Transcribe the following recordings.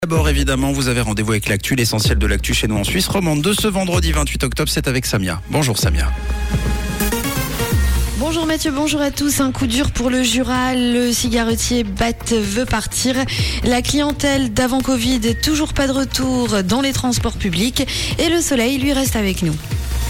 D'abord, évidemment, vous avez rendez-vous avec l'actu, l'essentiel de l'actu chez nous en Suisse romande de ce vendredi 28 octobre, c'est avec Samia. Bonjour Samia. Bonjour Mathieu, bonjour à tous. Un coup dur pour le Jura. Le cigarettier BAT veut partir. La clientèle d'avant Covid, toujours pas de retour dans les transports publics. Et le soleil, lui, reste avec nous.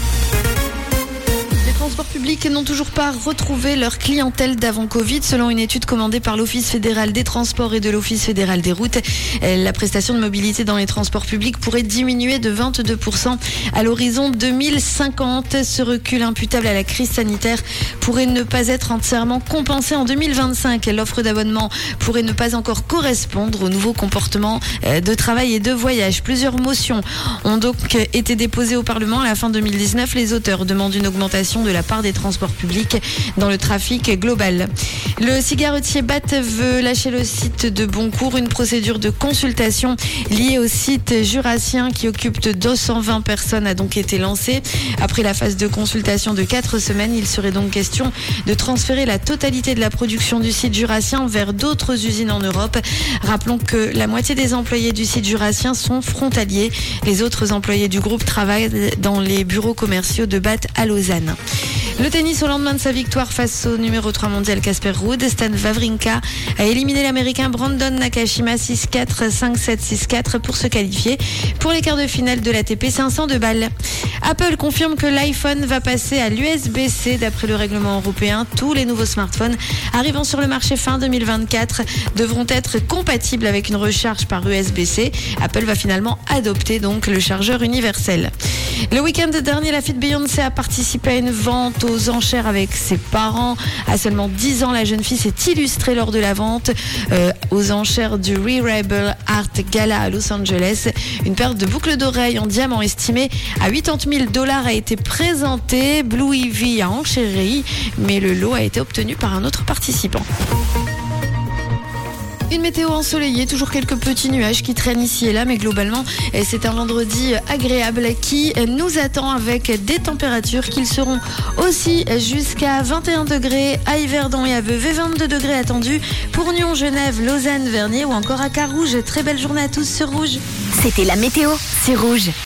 Les transports publics n'ont toujours pas retrouvé leur clientèle d'avant Covid. Selon une étude commandée par l'Office fédéral des transports et de l'Office fédéral des routes, la prestation de mobilité dans les transports publics pourrait diminuer de 22% à l'horizon 2050. Ce recul imputable à la crise sanitaire pourrait ne pas être entièrement compensé en 2025. L'offre d'abonnement pourrait ne pas encore correspondre aux nouveaux comportements de travail et de voyage. Plusieurs motions ont donc été déposées au Parlement à la fin 2019. Les auteurs demandent une augmentation de la part des transports publics dans le trafic global. Le cigarettier BAT veut lâcher le site de Boncourt. Une procédure de consultation liée au site jurassien qui occupe 220 personnes a donc été lancée. Après la phase de consultation de 4 semaines, il serait donc question de transférer la totalité de la production du site jurassien vers d'autres usines en Europe. Rappelons que la moitié des employés du site jurassien sont frontaliers. Les autres employés du groupe travaillent dans les bureaux commerciaux de BAT à Lausanne. Le tennis au lendemain de sa victoire face au numéro 3 mondial Casper Ruud, Stan Wawrinka a éliminé l'américain Brandon Nakashima 6-4, 5-7, 6-4 pour se qualifier pour les quarts de finale de l'ATP 500 de Bâle. Apple confirme que l'iPhone va passer à l'USB-C d'après le règlement européen. Tous les nouveaux smartphones arrivant sur le marché fin 2024 devront être compatibles avec une recharge par USB-C. Apple va finalement adopter donc le chargeur universel. Le week-end dernier, la fille de Beyoncé a participé à une vente aux enchères avec ses parents. À seulement 10 ans, la jeune fille s'est illustrée lors de la vente aux enchères du Re-Rebel Art Gala à Los Angeles. Une paire de boucles d'oreilles en diamant estimée à $80,000 a été présentée. Blue Ivy a enchéri, mais le lot a été obtenu par un autre participant. Une météo ensoleillée, toujours quelques petits nuages qui traînent ici et là, mais globalement, c'est un vendredi agréable qui nous attend avec des températures qui seront aussi jusqu'à 21 degrés à Yverdon et à Vevey, 22 degrés attendus pour Nyon, Genève, Lausanne, Vernier ou encore à Carouge. Très belle journée à tous sur Rouge. C'était la météo, c'est Rouge.